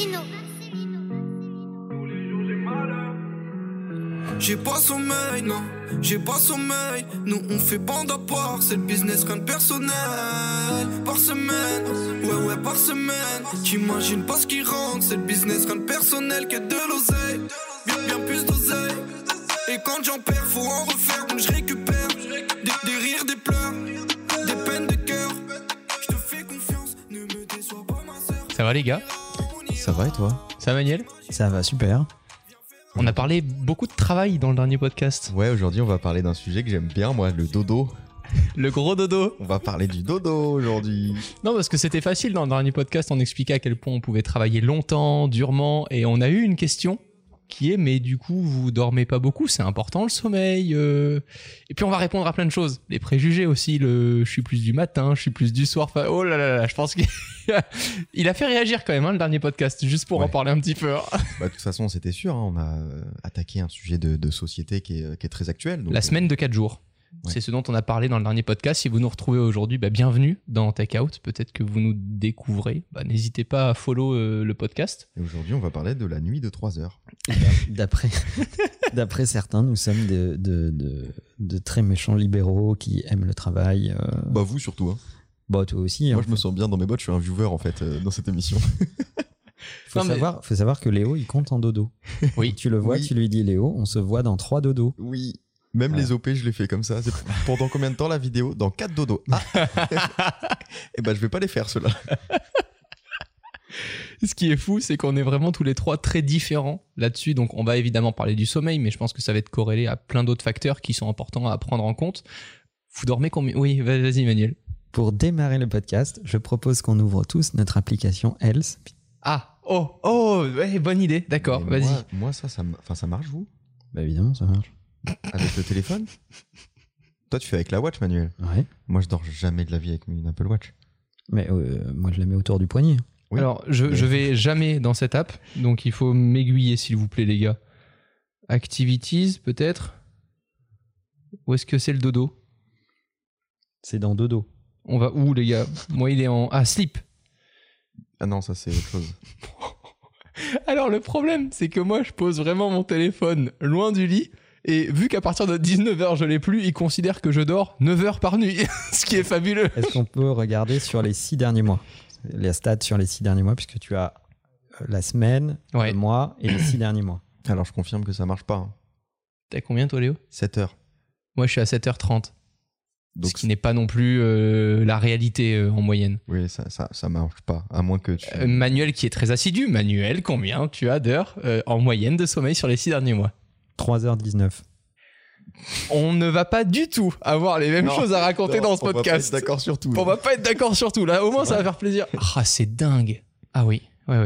J'ai pas sommeil, non, j'ai pas sommeil. Nous on fait bande à part, c'est le business qu'un personnel. Par semaine, ouais, par semaine. T'imagines pas ce qui rentre, c'est le business qu'un personnel que de l'oseille. Bien plus d'oseille. Et quand j'en perds, faut en refaire, donc je récupère. Des rires, des pleurs, des peines de cœur. Je te fais confiance, ne me déçois pas ma sœur. Ça va les gars? Ça va et toi? Ça va Manuel? Ça va super. On a parlé beaucoup de travail dans le dernier podcast. Ouais, aujourd'hui on va parler d'un sujet que j'aime bien moi, le dodo. Le gros dodo. On va parler du dodo aujourd'hui. Non, parce que c'était facile dans le dernier podcast, on expliquait à quel point on pouvait travailler longtemps, durement, et on a eu une question qui est, mais du coup, vous dormez pas beaucoup, c'est important le sommeil. Et puis on va répondre à plein de choses. Les préjugés aussi, je suis plus du matin, je suis plus du soir. Enfin, oh là là là, je pense qu'il a fait réagir quand même le dernier podcast, juste pour en parler un petit peu. Bah, de toute façon, c'était sûr, on a attaqué un sujet de société qui est très actuel. Donc, la semaine de 4 jours. Ouais. C'est ce dont on a parlé dans le dernier podcast. Si vous nous retrouvez aujourd'hui, bienvenue dans Take Out. Peut-être que vous nous découvrez. N'hésitez pas à follow le podcast. Et aujourd'hui, on va parler de la nuit de 3 heures. D'après certains, nous sommes de très méchants libéraux qui aiment le travail. Bah vous surtout. Hein. Bah toi aussi. Moi, je me sens bien dans mes bottes. Je suis un viewer en fait dans cette émission. Faut savoir que Léo, il compte en dodo. Oui. Tu le vois, tu lui dis Léo, on se voit dans 3 dodos. Oui. Même les OP, je les fais comme ça. C'est pendant combien de temps la vidéo? Dans 4 dodos. Ah. Et ben, je vais pas les faire ceux-là. Ce qui est fou, c'est qu'on est vraiment tous les trois très différents là-dessus. Donc, on va évidemment parler du sommeil, mais je pense que ça va être corrélé à plein d'autres facteurs qui sont importants à prendre en compte. Vous dormez combien? Oui, vas-y, Manuel. Pour démarrer le podcast, je propose qu'on ouvre tous notre application Else. Ah, ouais, bonne idée. D'accord, mais vas-y. Moi, ça marche, vous? Bah évidemment, ça marche. Avec le téléphone? Toi, tu fais avec la Watch, Manuel? Ouais. Moi, je dors jamais de la vie avec une Apple Watch. Mais moi, je la mets autour du poignet. Oui. Alors, je vais jamais dans cette app, donc il faut m'aiguiller, s'il vous plaît, les gars. Activities, peut-être? Où est-ce que c'est le dodo? C'est dans dodo. On va où, les gars? Moi, il est en... Ah, sleep. Ah non, ça, c'est autre chose. Alors, le problème, c'est que moi, je pose vraiment mon téléphone loin du lit. Et vu qu'à partir de 19h, je l'ai plus, il considère que je dors 9 heures par nuit. Ce qui est fabuleux. Est-ce qu'on peut regarder sur les 6 derniers mois? Les stats sur les 6 derniers mois, puisque tu as la semaine, le mois et les 6 derniers mois. Alors, je confirme que ça marche pas. Hein. T'as combien, toi, Léo? 7 heures. Moi, je suis à 7h30. Donc, ce qui n'est pas non plus la réalité en moyenne. Oui, ça marche pas, à moins que tu... Manuel, qui est très assidu. Manuel, combien tu as d'heures en moyenne de sommeil sur les 6 derniers mois? 3h19. On ne va pas du tout avoir les mêmes choses à raconter dans ce podcast. On va pas être d'accord sur tout. On va pas être d'accord sur tout. Là, au moins, ça va faire plaisir. Ah, c'est dingue. Ah oui.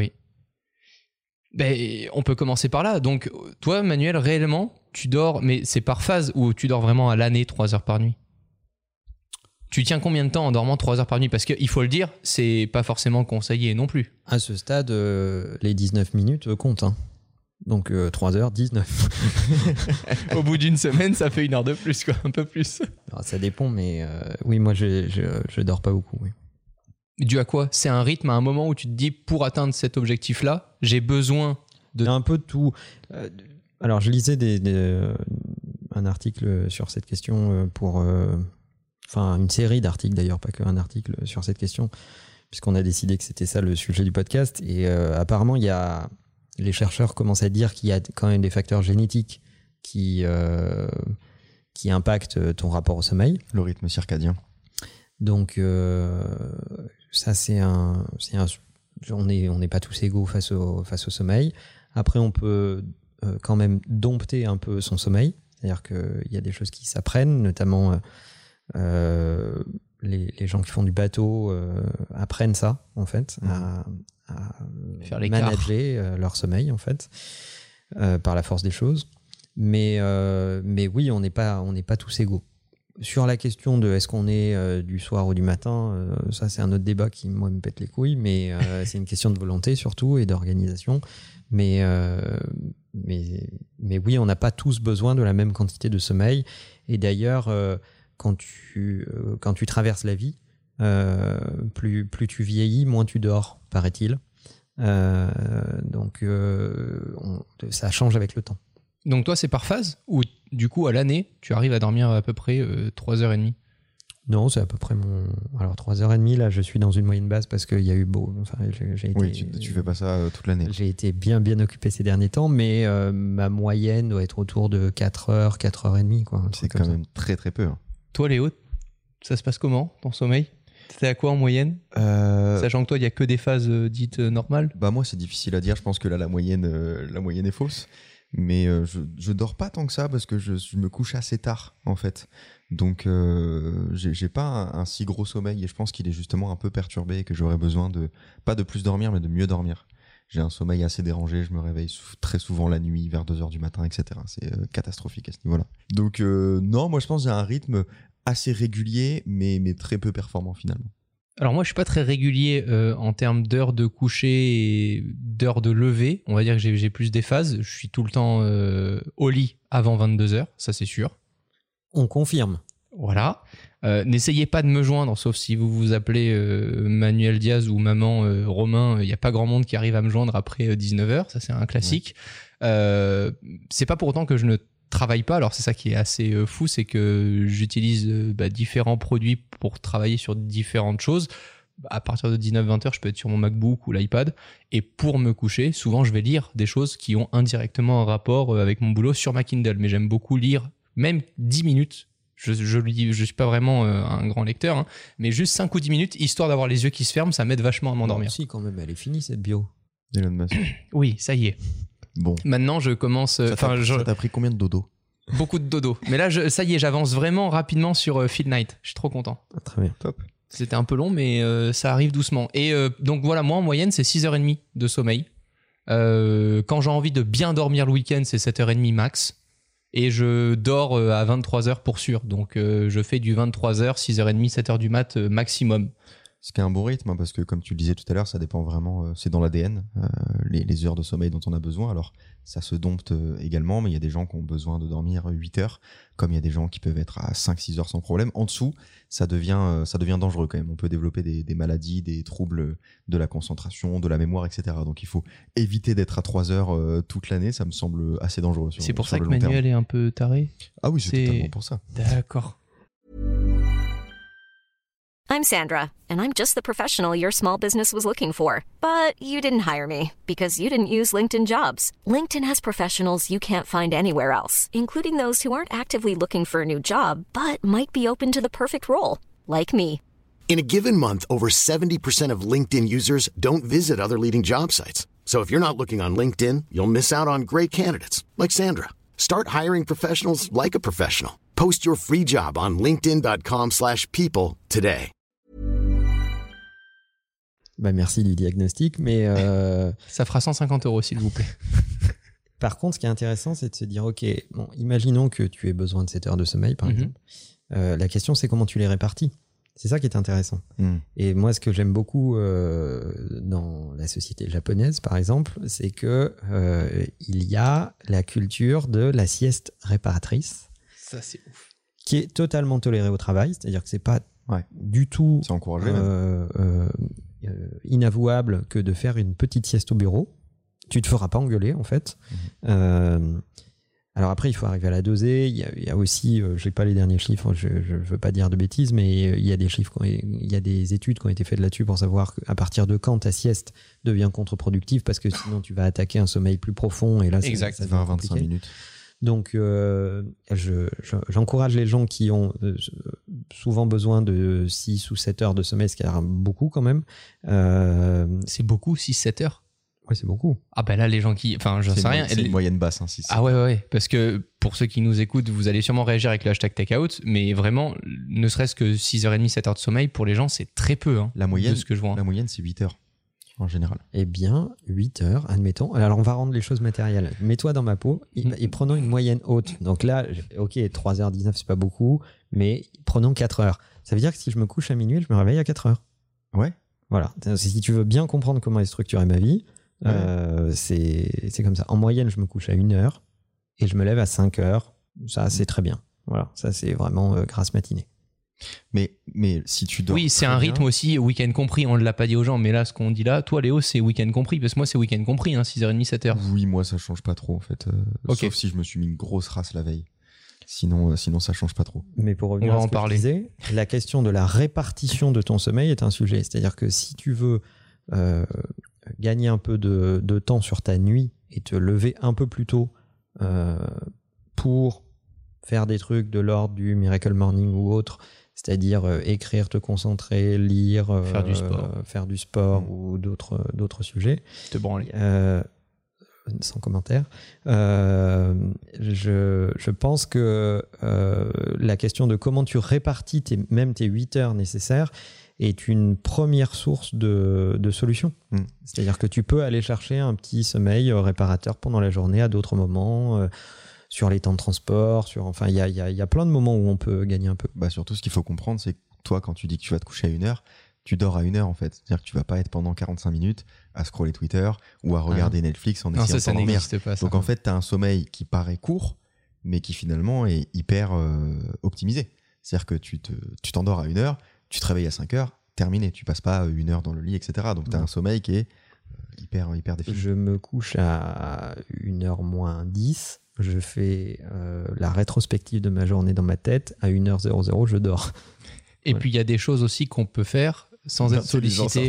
Ben, on peut commencer par là. Donc, toi, Manuel, réellement, tu dors, mais c'est par phase ou tu dors vraiment à l'année 3 heures par nuit? Tu tiens combien de temps en dormant 3 heures par nuit? Parce qu'il faut le dire, c'est pas forcément conseillé non plus. À ce stade, les 19 minutes comptent. Hein. Donc 3h19. Au bout d'une semaine, ça fait 1 heure de plus, quoi, un peu plus. Alors, ça dépend, mais oui, moi je dors pas beaucoup. Oui. Dû à quoi? C'est un rythme à un moment où tu te dis, pour atteindre cet objectif-là, j'ai besoin de... Il y a un peu de tout. Alors je lisais un article sur cette question pour... Enfin, une série d'articles d'ailleurs, pas qu'un article sur cette question, puisqu'on a décidé que c'était ça le sujet du podcast. Et apparemment, les chercheurs commencent à dire qu'il y a quand même des facteurs génétiques qui impactent ton rapport au sommeil. Le rythme circadien. Donc, ça, on n'est pas tous égaux face au sommeil. Après, on peut quand même dompter un peu son sommeil. C'est-à-dire qu'il y a des choses qui s'apprennent, notamment... les gens qui font du bateau apprennent ça en fait à faire l'écart, manager leur sommeil en fait par la force des choses, mais oui, on n'est pas tous égaux. Sur la question de est-ce qu'on est du soir ou du matin, ça c'est un autre débat qui moi me pète les couilles, mais c'est une question de volonté surtout et d'organisation, mais oui, on n'a pas tous besoin de la même quantité de sommeil. Et d'ailleurs quand tu traverses la vie, plus tu vieillis, moins tu dors, paraît-il. Donc ça change avec le temps. Donc toi, c'est par phase ou du coup, à l'année, tu arrives à dormir à peu près 3h30 ? Non, c'est à peu près mon... Alors 3h30, là, je suis dans une moyenne basse parce qu'il y a eu beau. Enfin, j'ai été... Oui, tu fais pas ça toute l'année. J'ai été bien occupé ces derniers temps, mais ma moyenne doit être autour de 4h, 4h30. Quoi, c'est quand même très très peu. Hein. Toi, Léo, ça se passe comment, ton sommeil ? T'es à quoi en moyenne ? Sachant que toi, il n'y a que des phases dites normales. Bah moi, c'est difficile à dire. Je pense que là, la moyenne est fausse. Mais je dors pas tant que ça parce que je me couche assez tard, en fait. Donc, j'ai pas un si gros sommeil et je pense qu'il est justement un peu perturbé et que j'aurais besoin pas de plus dormir, mais de mieux dormir. J'ai un sommeil assez dérangé, je me réveille très souvent la nuit, vers 2h du matin, etc. C'est catastrophique à ce niveau-là. Donc, non, moi je pense que j'ai un rythme assez régulier, mais très peu performant finalement. Alors moi, je suis pas très régulier en termes d'heures de coucher et d'heures de lever. On va dire que j'ai plus des phases. Je suis tout le temps au lit avant 22h, ça c'est sûr. On confirme. Voilà. N'essayez pas de me joindre, sauf si vous vous appelez Manuel Diaz ou Maman Romain. Il n'y a pas grand monde qui arrive à me joindre après 19h. Ça, c'est un classique. Ouais. C'est pas pour autant que je ne travaille pas. Alors, c'est ça qui est assez fou, c'est que j'utilise différents produits pour travailler sur différentes choses. À partir de 19-20h, je peux être sur mon MacBook ou l'iPad. Et pour me coucher, souvent, je vais lire des choses qui ont indirectement un rapport avec mon boulot sur ma Kindle. Mais j'aime beaucoup lire même 10 minutes. Je suis pas vraiment un grand lecteur, hein, mais juste 5 ou 10 minutes, histoire d'avoir les yeux qui se ferment, ça m'aide vachement à m'endormir. Si, quand même, elle est finie cette bio. Elon Musk. Oui, ça y est. Bon. Maintenant, je commence... Ça t'a pris combien de dodo ? Beaucoup de dodo. Mais là, ça y est, j'avance vraiment rapidement sur Phil Knight. Je suis trop content. Ah, très bien. Top. C'était un peu long, mais ça arrive doucement. Et donc voilà, moi en moyenne, c'est 6h30 de sommeil. Quand j'ai envie de bien dormir le week-end, c'est 7h30 max. Et je dors à 23h pour sûr. Donc je fais du 23h, 6h30, 7h du mat maximum. Ce qui est un bon rythme, hein, parce que comme tu le disais tout à l'heure, ça dépend vraiment, c'est dans l'ADN, les heures de sommeil dont on a besoin. Alors ça se dompte également, mais il y a des gens qui ont besoin de dormir 8 heures, comme il y a des gens qui peuvent être à 5-6 heures sans problème. En dessous, ça devient dangereux quand même. On peut développer des maladies, des troubles de la concentration, de la mémoire, etc. Donc il faut éviter d'être à 3 heures toute l'année, ça me semble assez dangereux. C'est pour ça que Manuel est un peu taré ? Ah oui, c'est totalement pour ça. D'accord. I'm Sandra, and I'm just the professional your small business was looking for. But you didn't hire me because you didn't use LinkedIn Jobs. LinkedIn has professionals you can't find anywhere else, including those who aren't actively looking for a new job, but might be open to the perfect role, like me. In a given month, over 70% of LinkedIn users don't visit other leading job sites. So if you're not looking on LinkedIn, you'll miss out on great candidates, like Sandra. Start hiring professionals like a professional. Post your free job on linkedin.com/people today. Merci du diagnostic, mais... Ça fera 150 €, s'il vous plaît. Par contre, ce qui est intéressant, c'est de se dire, ok, bon, imaginons que tu aies besoin de 7 heures de sommeil, par exemple. La question, c'est comment tu les répartis. C'est ça qui est intéressant. Et moi, ce que j'aime beaucoup dans la société japonaise, par exemple, c'est que il y a la culture de la sieste réparatrice. Ça, c'est ouf. Qui est totalement tolérée au travail, c'est-à-dire que c'est pas du tout c'est encouragé, inavouable que de faire une petite sieste au bureau. Tu te feras pas engueuler, en fait. Alors après, il faut arriver à la doser. Il y a aussi, je n'ai pas les derniers chiffres, je veux pas dire de bêtises, mais il y a des chiffres, il y a des études qui ont été faites là-dessus pour savoir à partir de quand ta sieste devient contre-productive, parce que sinon tu vas attaquer un sommeil plus profond, et là ça devient 20-25 minutes. Donc j'encourage les gens qui ont souvent besoin de 6 ou 7 heures de sommeil, ce qui est beaucoup quand même. C'est beaucoup, 6-7 heures. Ouais, c'est beaucoup. Ah ben là, les gens qui... Enfin, je sais rien. C'est une moyenne basse, hein, 6. Ah ouais. Parce que pour ceux qui nous écoutent, vous allez sûrement réagir avec le hashtag takeout, mais vraiment, ne serait-ce que 6h30, 7 heures de sommeil, pour les gens, c'est très peu, hein, la moyenne, de ce que je vois. La moyenne, c'est 8 heures, en général. Eh bien, 8 heures, admettons. Alors, on va rendre les choses matérielles. Mets-toi dans ma peau et prenons une moyenne haute. Donc là, ok, 3h19, c'est pas beaucoup, mais prenons 4 heures. Ça veut dire que si je me couche à minuit, je me réveille à 4 heures. Ouais. Voilà. Si tu veux bien comprendre comment est structurée ma vie, c'est comme ça. En moyenne, je me couche à 1 heure et je me lève à 5 heures. Ça, c'est très bien. Voilà. Ça, c'est vraiment grasse matinée. Mais si tu dors. Oui, c'est très un bien- rythme aussi, week-end compris. On ne l'a pas dit aux gens, mais là, ce qu'on dit là, toi, Léo, c'est week-end compris. Parce que moi, c'est week-end compris, 6h30, 7h. Oui, moi, ça change pas trop, en fait. Ok. Sauf si je me suis mis une grosse race la veille. Sinon, ça change pas trop. Mais pour revenir On va à ce en que parler. je disais, la question de la répartition de ton sommeil est un sujet. C'est-à-dire que si tu veux gagner un peu de temps sur ta nuit et te lever un peu plus tôt pour faire des trucs de l'ordre du Miracle Morning ou autre, c'est-à-dire écrire, te concentrer, lire, faire du sport ou d'autres sujets, Te branler. sans commentaire. Je pense que la question de comment tu répartis même tes 8 heures nécessaires est une première source de solution. C'est-à-dire que tu peux aller chercher un petit sommeil réparateur pendant la journée à d'autres moments, sur les temps de transport, il y a plein de moments où on peut gagner un peu. Bah, surtout, ce qu'il faut comprendre, c'est que toi, quand tu dis que tu vas te coucher à 1h, tu dors à 1h en fait. C'est-à-dire que tu vas pas être pendant 45 minutes à scroller Twitter ou à regarder Netflix en Non, essayant ça de t'endormir. n'existe pas. Ça. Donc en fait, tu as un sommeil qui paraît court, mais qui finalement est hyper optimisé. C'est-à-dire que tu t'endors à 1h, tu te réveilles à 5h, terminé. Tu passes pas 1h dans le lit, etc. Donc tu as un sommeil qui est hyper défini. Je me couche à 1h moins 10. Je fais la rétrospective de ma journée dans ma tête. À 1h00, je dors. Et puis, il y a des choses aussi qu'on peut faire sans être sollicité.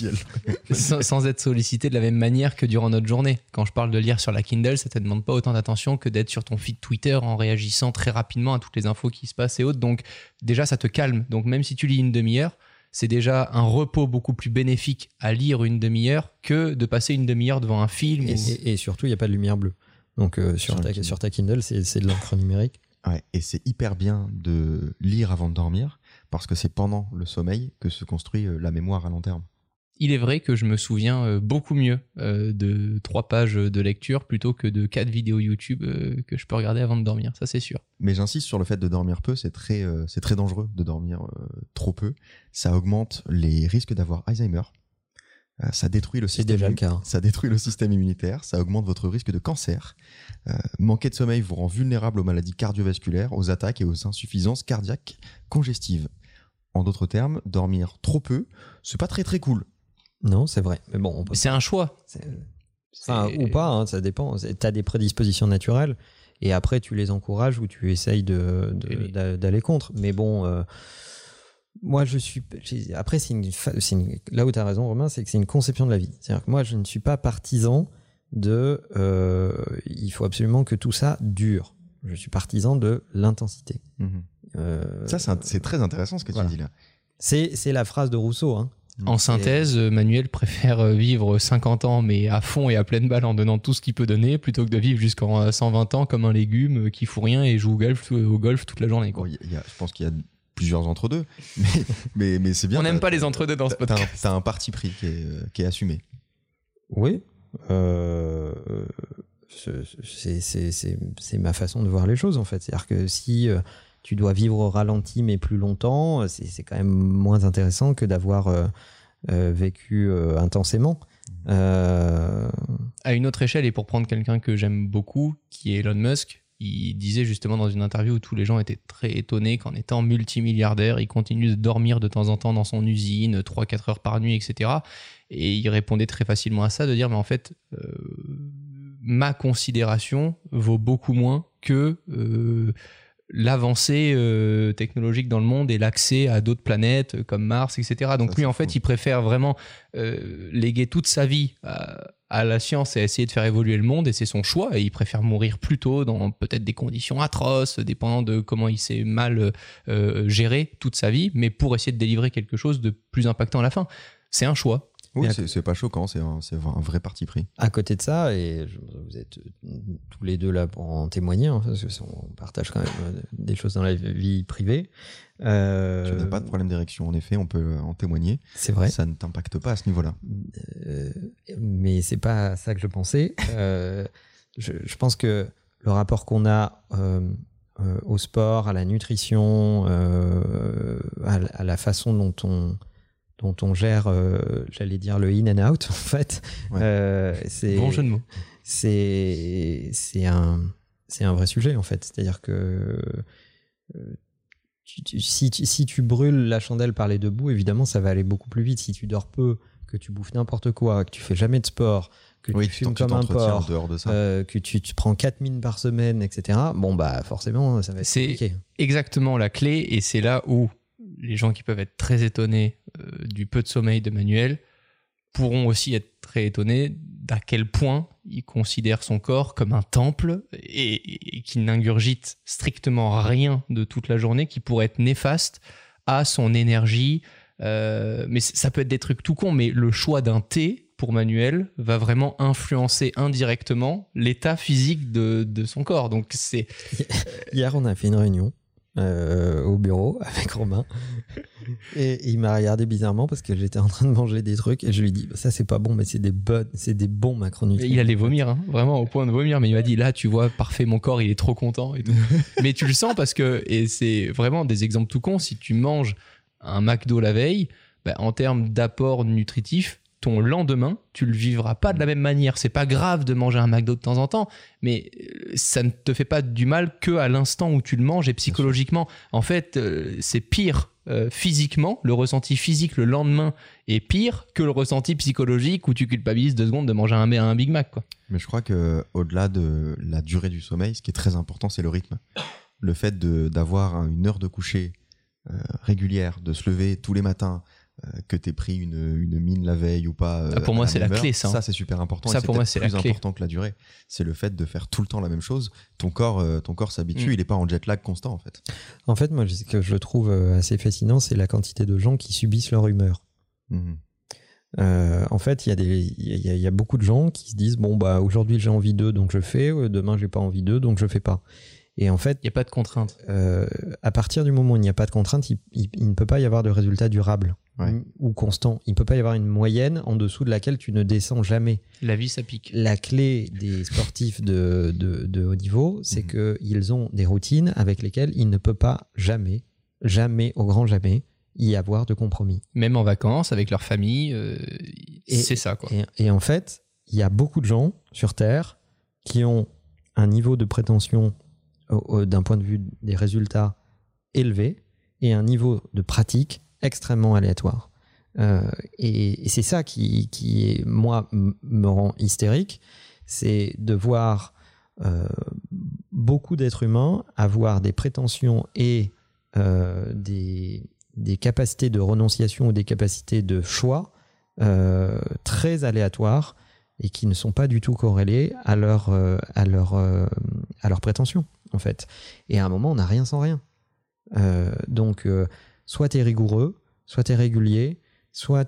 sans être sollicité de la même manière que durant notre journée. Quand je parle de lire sur la Kindle, ça te demande pas autant d'attention que d'être sur ton feed Twitter en réagissant très rapidement à toutes les infos qui se passent et autres. Donc déjà, ça te calme. Donc même si tu lis une demi-heure, c'est déjà un repos beaucoup plus bénéfique à lire une demi-heure que de passer une demi-heure devant un film. Et surtout, il n'y a pas de lumière bleue. Donc sur ta Kindle, c'est de l'encre numérique. Ouais, et c'est hyper bien de lire avant de dormir parce que c'est pendant le sommeil que se construit la mémoire à long terme. Il est vrai que je me souviens beaucoup mieux de 3 pages de lecture plutôt que de 4 vidéos YouTube que je peux regarder avant de dormir, ça c'est sûr. Mais j'insiste sur le fait de dormir peu, c'est très dangereux de dormir trop peu. Ça augmente les risques d'avoir Alzheimer. Ça détruit le système. C'est déjà le cas. Ça détruit le système immunitaire, ça augmente votre risque de cancer. Manquer de sommeil vous rend vulnérable aux maladies cardiovasculaires, aux attaques et aux insuffisances cardiaques congestives. En d'autres termes, dormir trop peu, c'est pas très très cool. Non, c'est vrai. Mais bon, c'est un choix. Ou pas, ça dépend. Tu as des prédispositions naturelles et après tu les encourages ou tu essayes d'aller contre. Mais bon, moi je suis. Après, là où tu as raison, Romain, c'est que c'est une conception de la vie. C'est-à-dire que moi je ne suis pas partisan il faut absolument que tout ça dure. Je suis partisan de l'intensité. Ça, c'est très intéressant ce que tu dis là. C'est la phrase de Rousseau. Hein. En synthèse, Manuel préfère vivre 50 ans mais à fond et à pleine balle en donnant tout ce qu'il peut donner plutôt que de vivre jusqu'en 120 ans comme un légume qui fout rien et joue au golf toute la journée. Quoi. Je pense qu'il y a plusieurs entre-deux, mais c'est bien. On n'aime pas les entre-deux dans ce podcast. T'as un parti pris qui est assumé. Oui. C'est ma façon de voir les choses en fait. C'est-à-dire que si tu dois vivre au ralenti mais plus longtemps, c'est quand même moins intéressant que d'avoir vécu intensément. À une autre échelle, et pour prendre quelqu'un que j'aime beaucoup, qui est Elon Musk, il disait justement dans une interview où tous les gens étaient très étonnés qu'en étant multimilliardaire, il continue de dormir de temps en temps dans son usine, 3-4 heures par nuit, etc. Et il répondait très facilement à ça, de dire mais en fait, ma considération vaut beaucoup moins que l'avancée technologique dans le monde et l'accès à d'autres planètes comme Mars, etc. Donc lui, en fait, il préfère vraiment léguer toute sa vie à la science et à essayer de faire évoluer le monde, et c'est son choix, et il préfère mourir plus tôt dans peut-être des conditions atroces, dépendant de comment il s'est mal géré toute sa vie, mais pour essayer de délivrer quelque chose de plus impactant à la fin. C'est un choix. Oui, c'est pas choquant, c'est un vrai parti pris. À côté de ça, et vous êtes tous les deux là pour en témoigner, hein, parce qu'on partage quand même des choses dans la vie privée. Tu n'as pas de problème d'érection, en effet, on peut en témoigner. C'est vrai. Ça ne t'impacte pas à ce niveau-là. Mais c'est pas ça que je pensais. Je pense que le rapport qu'on a au sport, à la nutrition, à la façon dont on gère, j'allais dire, le in and out, en fait. Ouais. Bon jeu de mots. C'est un vrai sujet, en fait. C'est-à-dire que si tu brûles la chandelle par les deux bouts, évidemment, ça va aller beaucoup plus vite. Si tu dors peu, que tu bouffes n'importe quoi, que tu fais jamais de sport, que tu fumes comme un porc, que tu te prends 4 mines par semaine, etc. Bon, bah forcément, ça va être compliqué. C'est exactement la clé, et c'est là où les gens qui peuvent être très étonnés du peu de sommeil de Manuel pourront aussi être très étonnés d'à quel point il considère son corps comme un temple et qu'il n'ingurgite strictement rien de toute la journée qui pourrait être néfaste à son énergie. Mais ça peut être des trucs tout cons, mais le choix d'un thé pour Manuel va vraiment influencer indirectement l'état physique de son corps. Donc c'est... Hier, on a fait une réunion au bureau avec Romain et il m'a regardé bizarrement parce que j'étais en train de manger des trucs et je lui ai dit ça c'est pas bon, mais c'est des bons macronutriments. Il allait vomir, hein, vraiment au point de vomir, mais il m'a dit là tu vois, parfait, mon corps il est trop content et tout. Mais tu le sens parce que, et c'est vraiment des exemples tout cons, si tu manges un McDo la veille, bah, en termes d'apport nutritif, ton lendemain, tu le vivras pas de la même manière. C'est pas grave de manger un McDo de temps en temps, mais ça ne te fait pas du mal que à l'instant où tu le manges et psychologiquement. En fait, c'est pire physiquement. Le ressenti physique le lendemain est pire que le ressenti psychologique où tu culpabilises 2 secondes de manger un Big Mac, quoi. Mais je crois que au-delà de la durée du sommeil, ce qui est très important, c'est le rythme. Le fait d'avoir une heure de coucher régulière, de se lever tous les matins, que t'aies pris une mine la veille ou pas. Pour moi, c'est la clé, ça. Ça, c'est super important. Ça, et pour moi, c'est plus la clé. important que la durée. C'est le fait de faire tout le temps la même chose. Ton corps s'habitue. Il est pas en jet lag constant, en fait. En fait, moi, ce que je trouve assez fascinant, c'est la quantité de gens qui subissent leur humeur. En fait, il y a beaucoup de gens qui se disent bon, bah, aujourd'hui, j'ai envie d'eux, donc je fais. Demain, j'ai pas envie d'eux, donc je fais pas. Et en fait, il n'y a pas de contrainte. À partir du moment où il n'y a pas de contrainte, il ne peut pas y avoir de résultat durable ou constant. Il ne peut pas y avoir une moyenne en dessous de laquelle tu ne descends jamais. La vie, ça pique. La clé des sportifs de haut niveau, c'est qu'ils ont des routines avec lesquelles il ne peut pas jamais, au grand jamais, y avoir de compromis. Même en vacances, avec leur famille, c'est ça, quoi. Et en fait, il y a beaucoup de gens sur Terre qui ont un niveau de prétention d'un point de vue des résultats élevé et un niveau de pratique extrêmement aléatoire. Et c'est ça qui moi, me rend hystérique, c'est de voir beaucoup d'êtres humains avoir des prétentions et des capacités de renonciation ou des capacités de choix très aléatoires et qui ne sont pas du tout corrélées à leurs prétentions, en fait. Et à un moment, on n'a rien sans rien. Donc, soit tu es rigoureux, soit tu es régulier, soit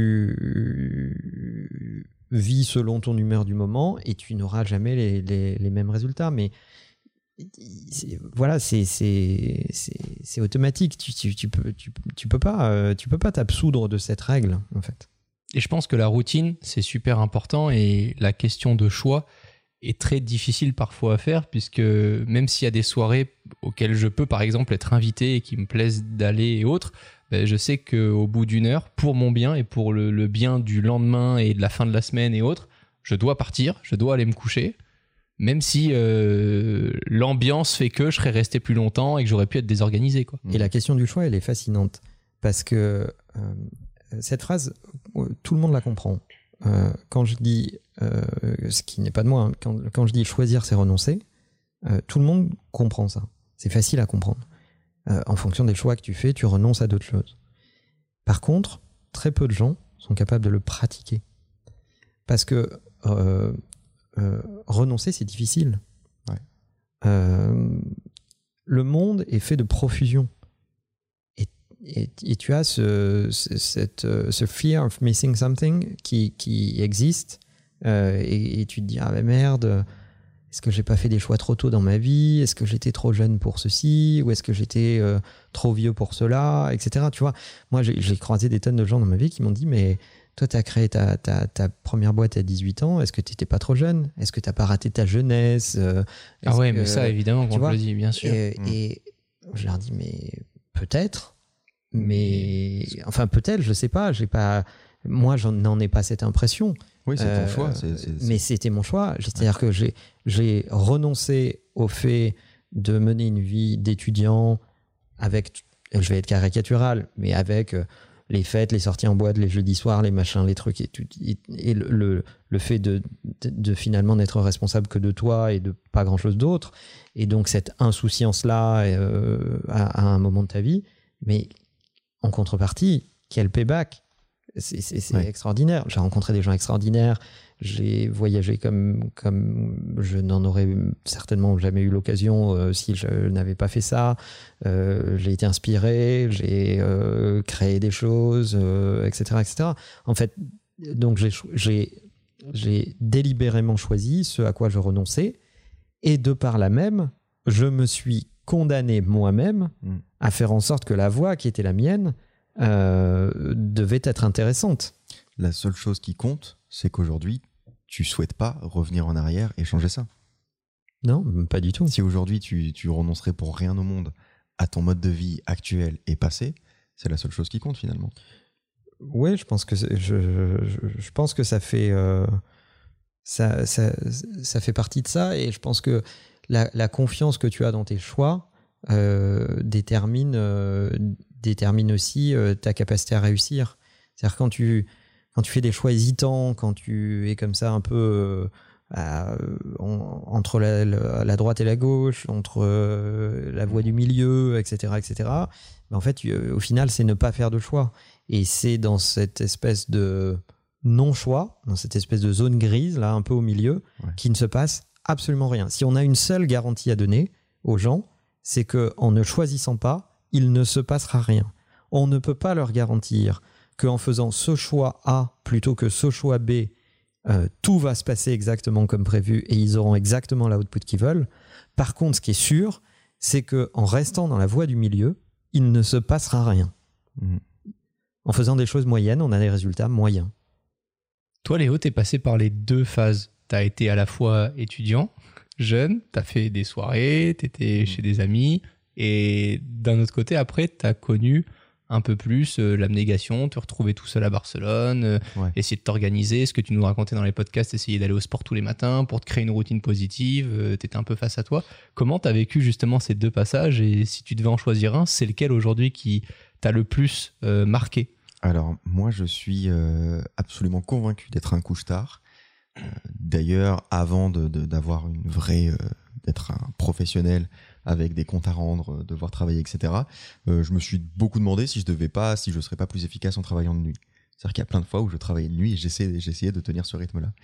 tu vis selon ton humeur du moment et tu n'auras jamais les mêmes résultats. Mais voilà, c'est automatique. Tu peux pas t'absoudre de cette règle, en fait. Et je pense que la routine, c'est super important et la question de choix est très difficile parfois à faire puisque même s'il y a des soirées auxquelles je peux par exemple être invité et qui me plaisent d'aller et autres, ben je sais qu'au bout d'une heure, pour mon bien et pour le bien du lendemain et de la fin de la semaine et autres, je dois partir, je dois aller me coucher, même si l'ambiance fait que je serais resté plus longtemps et que j'aurais pu être désorganisé, quoi. Et la question du choix, elle est fascinante parce que cette phrase, tout le monde la comprend. Quand je dis, ce qui n'est pas de moi, hein, quand je dis choisir, c'est renoncer, tout le monde comprend ça. C'est facile à comprendre. En fonction des choix que tu fais, tu renonces à d'autres choses. Par contre, très peu de gens sont capables de le pratiquer. Parce que renoncer, c'est difficile. Ouais. Le monde est fait de profusion. Et tu as ce fear of missing something qui existe et tu te dis ah mais merde, est-ce que j'ai pas fait des choix trop tôt dans ma vie, est-ce que j'étais trop jeune pour ceci ou est-ce que j'étais trop vieux pour cela, etc. Tu vois, moi j'ai croisé des tonnes de gens dans ma vie qui m'ont dit mais toi t'as créé ta première boîte à 18 ans, est-ce que t'étais pas trop jeune, est-ce que t'as pas raté ta jeunesse, ah ouais mais ça évidemment qu'on te le dit bien sûr et je leur dis mais peut-être. Mais enfin peut-être, je sais pas, moi n'en ai pas cette impression. Oui, c'est ton choix. Mais c'était mon choix. C'est-à-dire que j'ai renoncé au fait de mener une vie d'étudiant avec je vais être caricatural, mais avec les fêtes, les sorties en boîte, les jeudis soirs, les machins, les trucs, et le fait de finalement n'être responsable que de toi et de pas grand-chose d'autre, et donc cette insouciance-là à un moment de ta vie, mais en contrepartie, quel payback! C'est extraordinaire. J'ai rencontré des gens extraordinaires, j'ai voyagé comme je n'en aurais certainement jamais eu l'occasion si je n'avais pas fait ça. J'ai été inspiré, j'ai créé des choses, etc., etc. En fait, donc j'ai délibérément choisi ce à quoi je renonçais, et de par là même, je me suis condamné moi-même à faire en sorte que la voie qui était la mienne devait être intéressante. La seule chose qui compte, c'est qu'aujourd'hui, tu souhaites pas revenir en arrière et changer ça. Non, pas du tout. Si aujourd'hui tu renoncerais pour rien au monde à ton mode de vie actuel et passé, c'est la seule chose qui compte finalement. Oui, je pense que je pense que ça fait ça fait partie de ça, et je pense que la confiance que tu as dans tes choix détermine aussi ta capacité à réussir. C'est-à-dire quand tu fais des choix hésitants, quand tu es comme ça un peu entre la droite et la gauche, entre la voie du milieu, etc., ben en fait, au final, c'est ne pas faire de choix. Et c'est dans cette espèce de non-choix, dans cette espèce de zone grise, là, un peu au milieu, qu'il ne se passe absolument rien. Si on a une seule garantie à donner aux gens, c'est qu'en ne choisissant pas, il ne se passera rien. On ne peut pas leur garantir qu'en faisant ce choix A plutôt que ce choix B, tout va se passer exactement comme prévu et ils auront exactement l'output qu'ils veulent. Par contre, ce qui est sûr, c'est qu'en restant dans la voie du milieu, il ne se passera rien. En faisant des choses moyennes, on a des résultats moyens. Toi, Léo, t'es passé par les deux phases. T'as été à la fois étudiant, jeune, t'as fait des soirées, t'étais chez des amis, et d'un autre côté, après, t'as connu un peu plus l'abnégation, te retrouver tout seul à Barcelone, essayer de t'organiser, ce que tu nous racontais dans les podcasts, essayer d'aller au sport tous les matins pour te créer une routine positive, t'étais un peu face à toi. Comment t'as vécu justement ces deux passages, et si tu devais en choisir un, c'est lequel aujourd'hui qui t'a le plus marqué? Alors, moi, je suis absolument convaincu d'être un couche-tard. D'ailleurs, avant d'avoir une vraie... d'être un professionnel avec des comptes à rendre, devoir travailler, etc., je me suis beaucoup demandé si je serais pas plus efficace en travaillant de nuit. C'est-à-dire qu'il y a plein de fois où je travaillais de nuit et j'essayais de tenir ce rythme-là.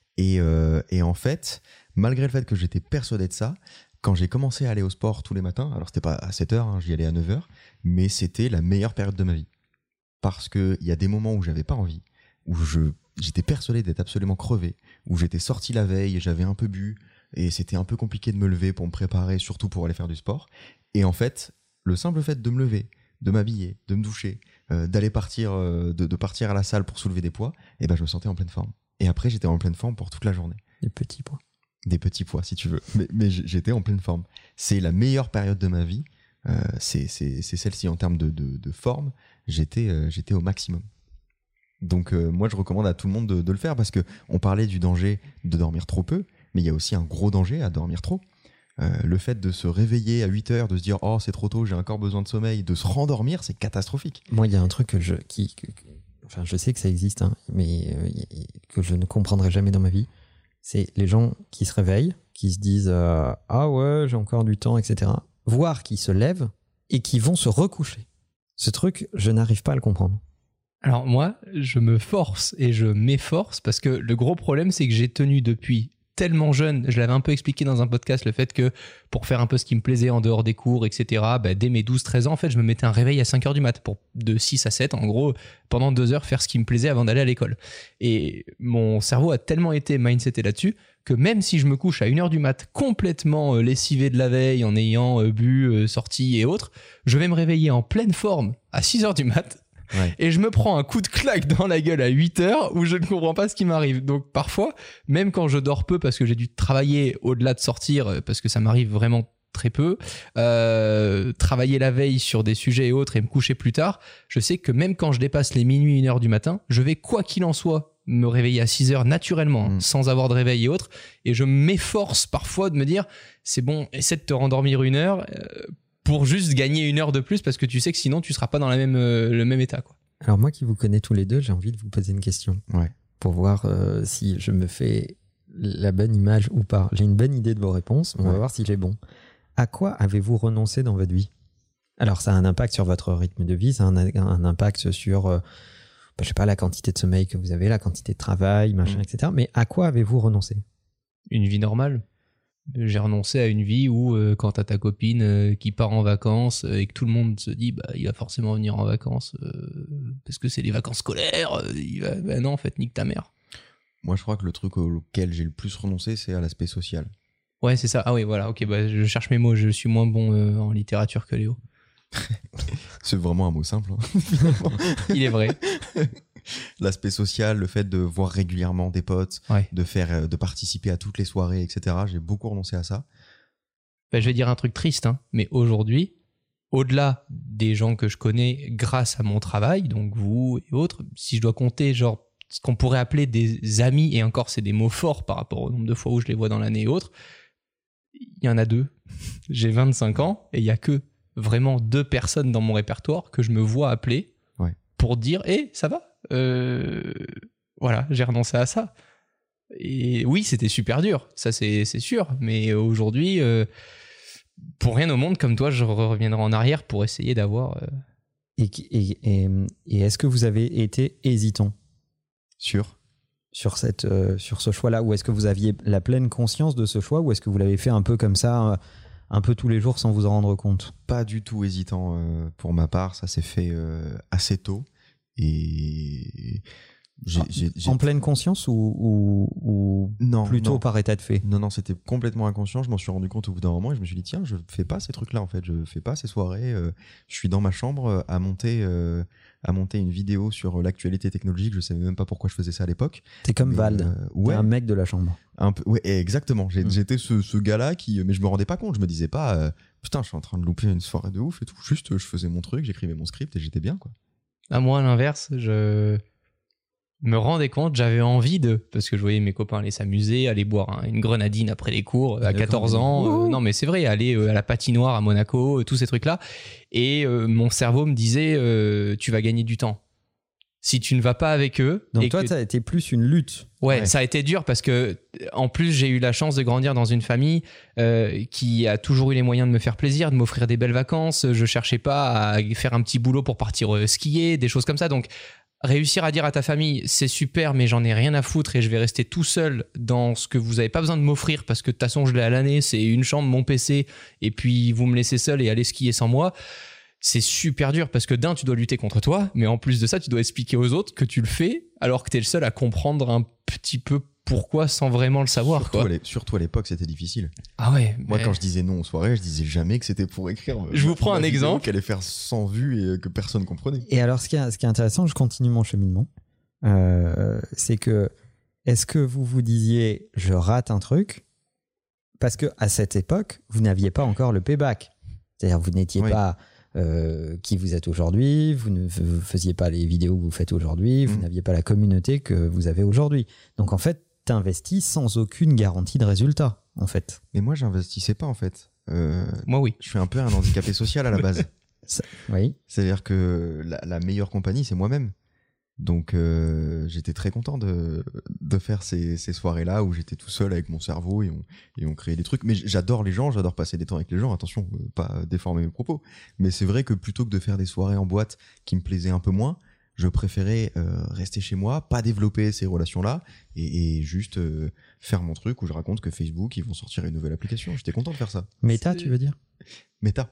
Et en fait, malgré le fait que j'étais persuadé de ça, quand j'ai commencé à aller au sport tous les matins, alors c'était pas à 7h, j'y allais à 9h, mais c'était la meilleure période de ma vie. Parce qu'il y a des moments où j'avais pas envie, où j'étais persuadé d'être absolument crevé, où j'étais sorti la veille, j'avais un peu bu, et c'était un peu compliqué de me lever pour me préparer, surtout pour aller faire du sport. Et en fait, le simple fait de me lever, de m'habiller, de me doucher, d'aller partir, de partir à la salle pour soulever des poids, et ben je me sentais en pleine forme. Et après, j'étais en pleine forme pour toute la journée. Des petits poids. Des petits poids, si tu veux. Mais j'étais en pleine forme. C'est la meilleure période de ma vie. C'est celle-ci en termes de forme. J'étais au maximum. Donc moi, je recommande à tout le monde de le faire, parce qu'on parlait du danger de dormir trop peu, mais il y a aussi un gros danger à dormir trop. Le fait de se réveiller à 8h, de se dire « Oh, c'est trop tôt, j'ai encore besoin de sommeil », de se rendormir, c'est catastrophique. Moi, il y a un truc enfin, je sais que ça existe, hein, mais que je ne comprendrai jamais dans ma vie. C'est les gens qui se réveillent, qui se disent « Ah ouais, j'ai encore du temps, etc. » Voire qui se lèvent et qui vont se recoucher. Ce truc, je n'arrive pas à le comprendre. Alors moi, je me force et je m'efforce, parce que le gros problème, c'est que j'ai tenu depuis tellement jeune, je l'avais un peu expliqué dans un podcast, le fait que pour faire un peu ce qui me plaisait en dehors des cours, etc., dès mes 12-13 ans, en fait, je me mettais un réveil à 5h du mat pour de 6 à 7, en gros, pendant 2 heures, faire ce qui me plaisait avant d'aller à l'école. Et mon cerveau a tellement été mindseté là-dessus que même si je me couche à 1h du mat complètement lessivé de la veille, en ayant bu, sorti et autres, je vais me réveiller en pleine forme à 6h du mat. Ouais. Et je me prends un coup de claque dans la gueule à 8h où je ne comprends pas ce qui m'arrive. Donc parfois, même quand je dors peu parce que j'ai dû travailler au-delà de sortir, parce que ça m'arrive vraiment très peu, travailler la veille sur des sujets et autres et me coucher plus tard, je sais que même quand je dépasse les minuit, 1h du matin, je vais quoi qu'il en soit me réveiller à 6h naturellement, sans avoir de réveil et autres. Et je m'efforce parfois de me dire, c'est bon, essaie de te rendormir 1 heure, pour juste gagner 1 heure de plus parce que tu sais que sinon tu seras pas dans le même état, quoi. Alors moi qui vous connais tous les deux, j'ai envie de vous poser une question. Ouais. Pour voir si je me fais la bonne image ou pas. J'ai une bonne idée de vos réponses, on va voir si j'ai bon. À quoi avez-vous renoncé dans votre vie ? Alors ça a un impact sur votre rythme de vie, ça a un impact sur, je sais pas, la quantité de sommeil que vous avez, la quantité de travail, machin, etc. Mais à quoi avez-vous renoncé ? Une vie normale. J'ai renoncé à une vie où quand t'as ta copine qui part en vacances et que tout le monde se dit il va forcément venir en vacances parce que c'est les vacances scolaires, non, en fait, nique ta mère. Moi, je crois que le truc auquel j'ai le plus renoncé, c'est à l'aspect social. Ouais, c'est ça. Ah oui, voilà, ok, je cherche mes mots, je suis moins bon en littérature que Léo. C'est vraiment un mot simple. Il est vrai. L'aspect social, le fait de voir régulièrement des potes, Ouais. de participer à toutes les soirées, etc. J'ai beaucoup renoncé à ça. Je vais dire un truc triste, hein, mais aujourd'hui, au-delà des gens que je connais grâce à mon travail, donc vous et autres, si je dois compter genre ce qu'on pourrait appeler des amis, et encore c'est des mots forts par rapport au nombre de fois où je les vois dans l'année et autres, il y en a 2. J'ai 25 ans et il y a que vraiment 2 personnes dans mon répertoire que je me vois appeler pour dire ça va ? Voilà, j'ai renoncé à ça. Et oui, c'était super dur, ça c'est sûr, mais aujourd'hui, pour rien au monde, comme toi, je reviendrai en arrière pour essayer d'avoir... Et est-ce que vous avez été hésitant sur ce choix-là, ou est-ce que vous aviez la pleine conscience de ce choix, ou est-ce que vous l'avez fait un peu comme ça, un peu tous les jours sans vous en rendre compte ? Pas du tout hésitant pour ma part, ça s'est fait assez tôt. Et en pleine conscience ou non, plutôt par état de fait ? Non, c'était complètement inconscient. Je m'en suis rendu compte au bout d'un moment et je me suis dit, tiens, je fais pas ces trucs-là en fait. Je fais pas ces soirées. Je suis dans ma chambre à monter une vidéo sur l'actualité technologique. Je savais même pas pourquoi je faisais ça à l'époque. T'es comme Vald, t'es un mec de la chambre. Un peu, ouais, exactement. J'étais ce gars-là mais je me rendais pas compte. Je me disais pas, putain, je suis en train de louper une soirée de ouf et tout. Juste, je faisais mon truc, j'écrivais mon script et j'étais bien, quoi. À moi, à l'inverse, je me rendais compte, j'avais envie parce que je voyais mes copains aller s'amuser, aller boire une grenadine après les cours à 14 ans. Non, mais c'est vrai, aller à la patinoire à Monaco, tous ces trucs-là. Et mon cerveau me disait, tu vas gagner du temps. Si tu ne vas pas avec eux... Donc toi, ça a été plus une lutte. Ouais, ça a été dur parce que, en plus, j'ai eu la chance de grandir dans une famille qui a toujours eu les moyens de me faire plaisir, de m'offrir des belles vacances. Je cherchais pas à faire un petit boulot pour partir skier, des choses comme ça. Donc, réussir à dire à ta famille, c'est super, mais j'en ai rien à foutre et je vais rester tout seul dans ce que vous n'avez pas besoin de m'offrir parce que de toute façon, je l'ai à l'année, c'est une chambre, mon PC, et puis vous me laissez seul et aller skier sans moi. C'est super dur parce que tu dois lutter contre toi, mais en plus de ça, tu dois expliquer aux autres que tu le fais alors que tu es le seul à comprendre un petit peu pourquoi sans vraiment le savoir. Surtout à l'époque, c'était difficile. Ah ouais. Moi, quand je disais non aux soirées, je disais jamais que c'était pour écrire. Je vous prends un exemple. Qu'elle allait faire 100 vues et que personne comprenait. Et alors, ce qui est intéressant, je continue mon cheminement, c'est que est-ce que vous vous disiez je rate un truc parce que à cette époque, vous n'aviez pas encore le payback. C'est-à-dire, vous n'étiez pas qui vous êtes aujourd'hui, vous ne faisiez pas les vidéos que vous faites aujourd'hui, vous n'aviez pas la communauté que vous avez aujourd'hui. Donc en fait, t'investis sans aucune garantie de résultat, en fait. Mais moi, j'investissais pas, en fait. Moi, oui. Je suis un peu un handicapé social à la base. Oui. C'est-à-dire que la meilleure compagnie, c'est moi-même. Donc j'étais très content de faire ces soirées-là où j'étais tout seul avec mon cerveau et on créait des trucs. Mais j'adore les gens, j'adore passer des temps avec les gens. Attention, pas déformer mes propos. Mais c'est vrai que plutôt que de faire des soirées en boîte qui me plaisaient un peu moins, je préférais rester chez moi, pas développer ces relations-là et juste faire mon truc où je raconte que Facebook, ils vont sortir une nouvelle application. J'étais content de faire ça. Meta, tu veux dire ? Meta.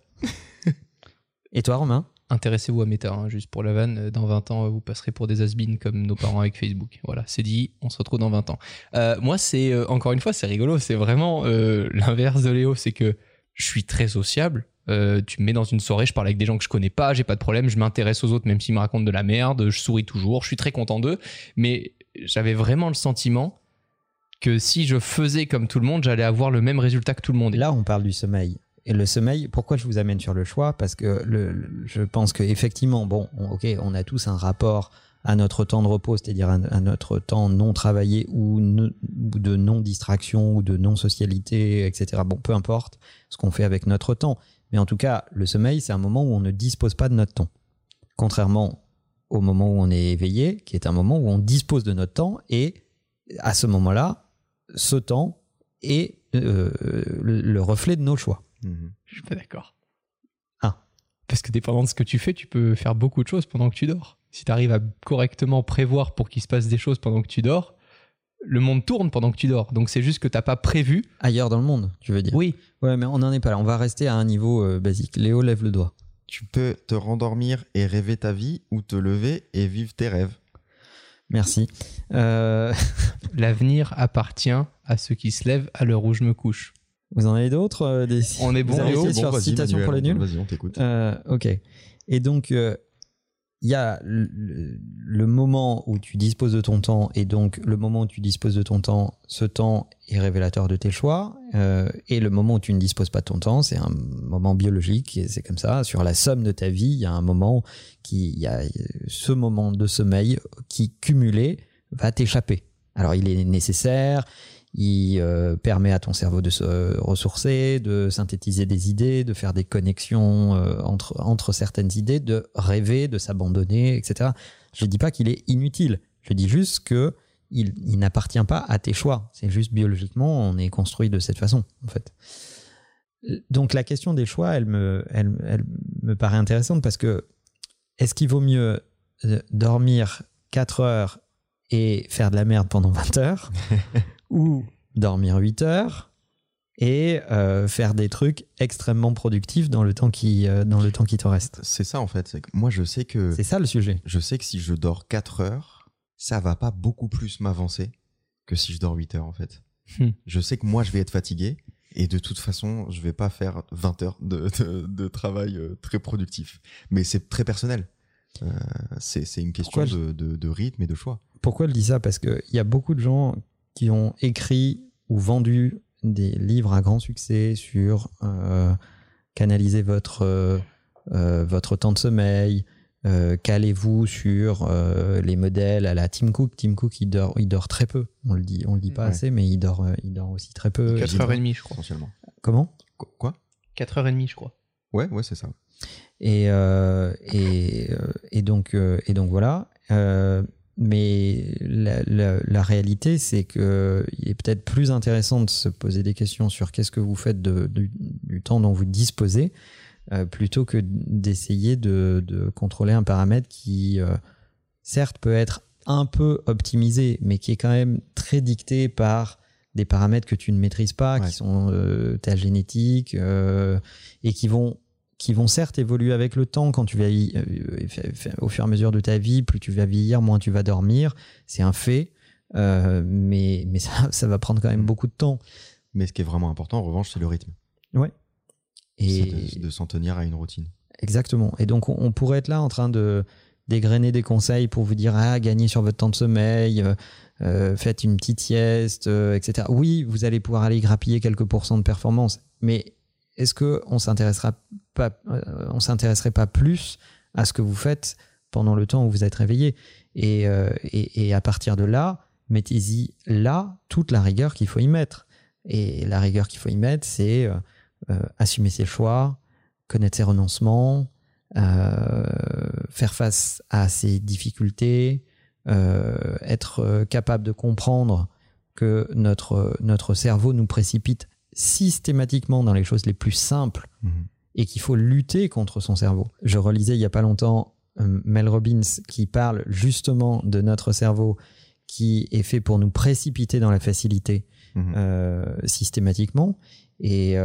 Et toi, Romain ? Intéressez-vous à Meta, hein, juste pour la vanne. Dans 20 ans, vous passerez pour des has-beens comme nos parents avec Facebook. Voilà, c'est dit, on se retrouve dans 20 ans. Moi, c'est encore une fois, c'est rigolo. C'est vraiment l'inverse de Léo. C'est que je suis très sociable. Tu me mets dans une soirée, je parle avec des gens que je connais pas, j'ai pas de problème, je m'intéresse aux autres même s'ils me racontent de la merde, je souris toujours, je suis très content d'eux. Mais j'avais vraiment le sentiment que si je faisais comme tout le monde, j'allais avoir le même résultat que tout le monde. Là, on parle du sommeil. Et le sommeil, pourquoi je vous amène sur le choix ? Parce que je pense qu'effectivement, on a tous un rapport à notre temps de repos, c'est-à-dire à notre temps non travaillé ou de non-distraction ou de non-socialité, etc. Bon, peu importe ce qu'on fait avec notre temps. Mais en tout cas, le sommeil, c'est un moment où on ne dispose pas de notre temps. Contrairement au moment où on est éveillé, qui est un moment où on dispose de notre temps, et à ce moment-là, ce temps est le reflet de nos choix. Je suis pas d'accord. Ah. Parce que dépendant de ce que tu fais, tu peux faire beaucoup de choses pendant que tu dors. Si tu arrives à correctement prévoir pour qu'il se passe des choses pendant que tu dors, le monde tourne pendant que tu dors. Donc c'est juste que t'as pas prévu. Ailleurs dans le monde, tu veux dire? Oui. Ouais, mais on n'en est pas là. On va rester à un niveau basique. Léo, lève le doigt. Tu peux te rendormir et rêver ta vie ou te lever et vivre tes rêves. Merci. L'avenir appartient à ceux qui se lèvent à l'heure où je me couche. Vous en avez d'autres On est bon, Vous avez Léo. essayé sur vas-y, citation Manuel, pour les nuls? Vas-y, on t'écoute. Ok. Et donc, il y a le moment où tu disposes de ton temps, et donc le moment où tu disposes de ton temps, ce temps est révélateur de tes choix, et le moment où tu ne disposes pas de ton temps, c'est un moment biologique, et c'est comme ça. Sur la somme de ta vie, il y a un moment il y a ce moment de sommeil qui, cumulé, va t'échapper. Alors, il est nécessaire. Il permet à ton cerveau de se ressourcer, de synthétiser des idées, de faire des connexions entre certaines idées, de rêver, de s'abandonner, etc. Je ne dis pas qu'il est inutile. Je dis juste qu'il n'appartient pas à tes choix. C'est juste biologiquement, on est construit de cette façon, en fait. Donc la question des choix, elle me paraît intéressante parce que est-ce qu'il vaut mieux dormir 4 heures et faire de la merde pendant 20 heures ou dormir 8 heures et faire des trucs extrêmement productifs dans le temps qui te reste? C'est ça en fait. C'est que moi je sais que C'est ça le sujet. je sais que si je dors 4 heures, ça va pas beaucoup plus m'avancer que si je dors 8 heures en fait. Je sais que moi je vais être fatigué et de toute façon je vais pas faire 20 heures de travail très productif. Mais c'est très personnel. C'est une question de rythme et de choix. Pourquoi je dis ça? Parce qu'il y a beaucoup de gens qui ont écrit ou vendu des livres à grand succès sur canaliser votre temps de sommeil, calez-vous sur les modèles à la Tim Cook. Tim Cook, il dort très peu. On le dit pas assez, mais il dort aussi très peu. 4h30, je crois. Essentiellement. Comment? Quoi? 4h30, je crois. Ouais, c'est ça. Et donc voilà. Mais la réalité, c'est que il est peut-être plus intéressant de se poser des questions sur qu'est-ce que vous faites du temps dont vous disposez, plutôt que d'essayer de contrôler un paramètre qui, certes, peut être un peu optimisé, mais qui est quand même très dicté par des paramètres que tu ne maîtrises pas, qui sont ta génétique, et qui vont certes évoluer avec le temps. Quand tu vas au fur et à mesure de ta vie, plus tu vas vieillir, moins tu vas dormir. C'est un fait, mais ça va prendre quand même beaucoup de temps. Mais ce qui est vraiment important, en revanche, c'est le rythme. Ouais. Et c'est de s'en tenir à une routine. Exactement. Et donc, on pourrait être là en train de dégrainer des conseils pour vous dire gagnez sur votre temps de sommeil, faites une petite sieste, etc. Oui, vous allez pouvoir aller grappiller quelques pourcents de performance, mais est-ce qu'on s'intéresserait pas plus à ce que vous faites pendant le temps où vous êtes réveillé, et à partir de là, mettez-y là toute la rigueur qu'il faut y mettre. Et la rigueur qu'il faut y mettre, c'est assumer ses choix, connaître ses renoncements, faire face à ses difficultés, être capable de comprendre que notre cerveau nous précipite systématiquement dans les choses les plus simples, et qu'il faut lutter contre son cerveau. Je relisais il n'y a pas longtemps Mel Robbins qui parle justement de notre cerveau qui est fait pour nous précipiter dans la facilité systématiquement. Et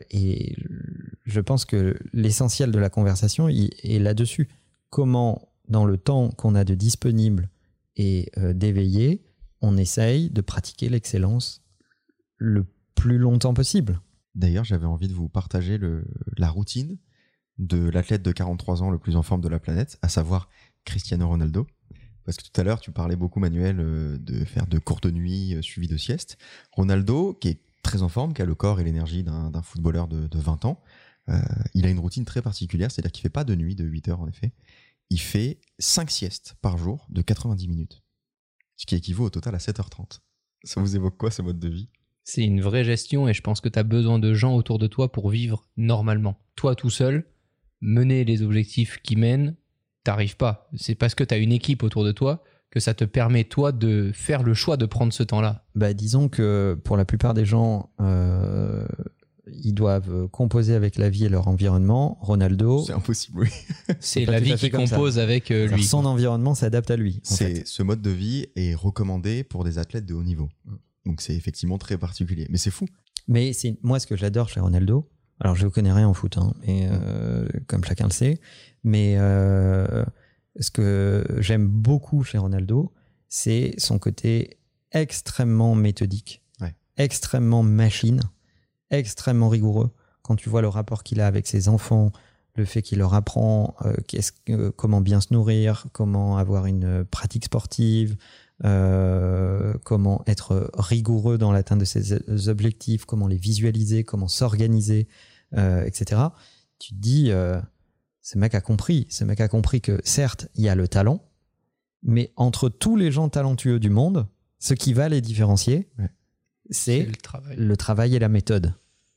je pense que l'essentiel de la conversation est là-dessus. Comment, dans le temps qu'on a de disponible et d'éveillé, on essaye de pratiquer l'excellence le plus longtemps possible. D'ailleurs, j'avais envie de vous partager la routine de l'athlète de 43 ans le plus en forme de la planète, à savoir Cristiano Ronaldo. Parce que tout à l'heure, tu parlais beaucoup, Manuel, de faire de courtes nuits suivies de siestes. Ronaldo, qui est très en forme, qui a le corps et l'énergie d'un footballeur de 20 ans, il a une routine très particulière, c'est-à-dire qu'il ne fait pas de nuit de 8 heures en effet. Il fait 5 siestes par jour de 90 minutes, ce qui équivaut au total à 7h30. Ça vous évoque quoi, ce mode de vie? C'est une vraie gestion et je pense que tu as besoin de gens autour de toi pour vivre normalement. Toi tout seul, mener les objectifs qui mènent, t'arrives pas. C'est parce que tu as une équipe autour de toi que ça te permet, toi, de faire le choix de prendre ce temps-là. Bah, disons que pour la plupart des gens, ils doivent composer avec la vie et leur environnement. Ronaldo, C'est impossible, oui. C'est pas la tout vie à fait qui comme ça. compose avec lui. son environnement s'adapte à lui. En fait. Ce mode de vie est recommandé pour des athlètes de haut niveau. Donc c'est effectivement très particulier. Mais c'est fou. Mais c'est moi ce que j'adore chez Ronaldo. Alors je ne connais rien en foot, hein, mais, comme chacun le sait. Mais ce que j'aime beaucoup chez Ronaldo, c'est son côté extrêmement méthodique, extrêmement machine, extrêmement rigoureux. Quand tu vois le rapport qu'il a avec ses enfants, le fait qu'il leur apprend comment bien se nourrir, comment avoir une pratique sportive, comment être rigoureux dans l'atteinte de ses objectifs, comment les visualiser, comment s'organiser, etc. Tu te dis, ce mec a compris que certes, il y a le talent, mais entre tous les gens talentueux du monde, ce qui va les différencier, c'est le travail et la méthode.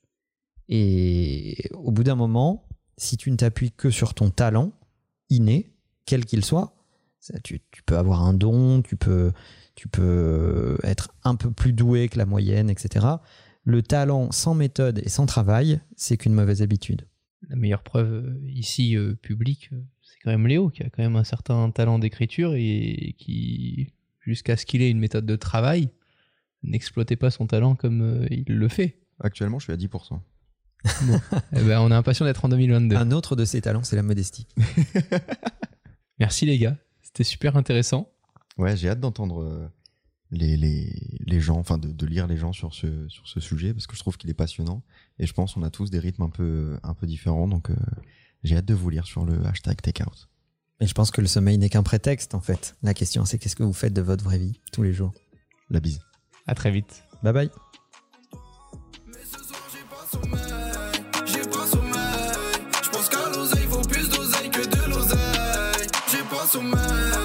Et au bout d'un moment, si tu ne t'appuies que sur ton talent inné, quel qu'il soit, tu peux avoir un don, tu peux être un peu plus doué que la moyenne, etc. Le talent sans méthode et sans travail, c'est qu'une mauvaise habitude. La meilleure preuve ici publique, c'est quand même Léo, qui a quand même un certain talent d'écriture et qui, jusqu'à ce qu'il ait une méthode de travail, n'exploitait pas son talent comme il le fait. Actuellement, je suis à 10%. Bon. Eh ben, on a l'impression d'être en 2022. Un autre de ses talents, c'est la modestie. Merci les gars, c'était super intéressant. Ouais, j'ai hâte d'entendre les gens, enfin de lire les gens sur ce sujet, parce que je trouve qu'il est passionnant. Et je pense qu'on a tous des rythmes un peu différents. Donc j'ai hâte de vous lire sur le hashtag Takeout. Et je pense que le sommeil n'est qu'un prétexte, en fait. La question, c'est qu'est-ce que vous faites de votre vraie vie tous les jours. La bise. À très vite. Bye bye. Mais ce soir j'ai pas sommeil. Je pense qu'à l'oseille vaut plus d'oseille que de l'oseille. J'ai pas sommeil.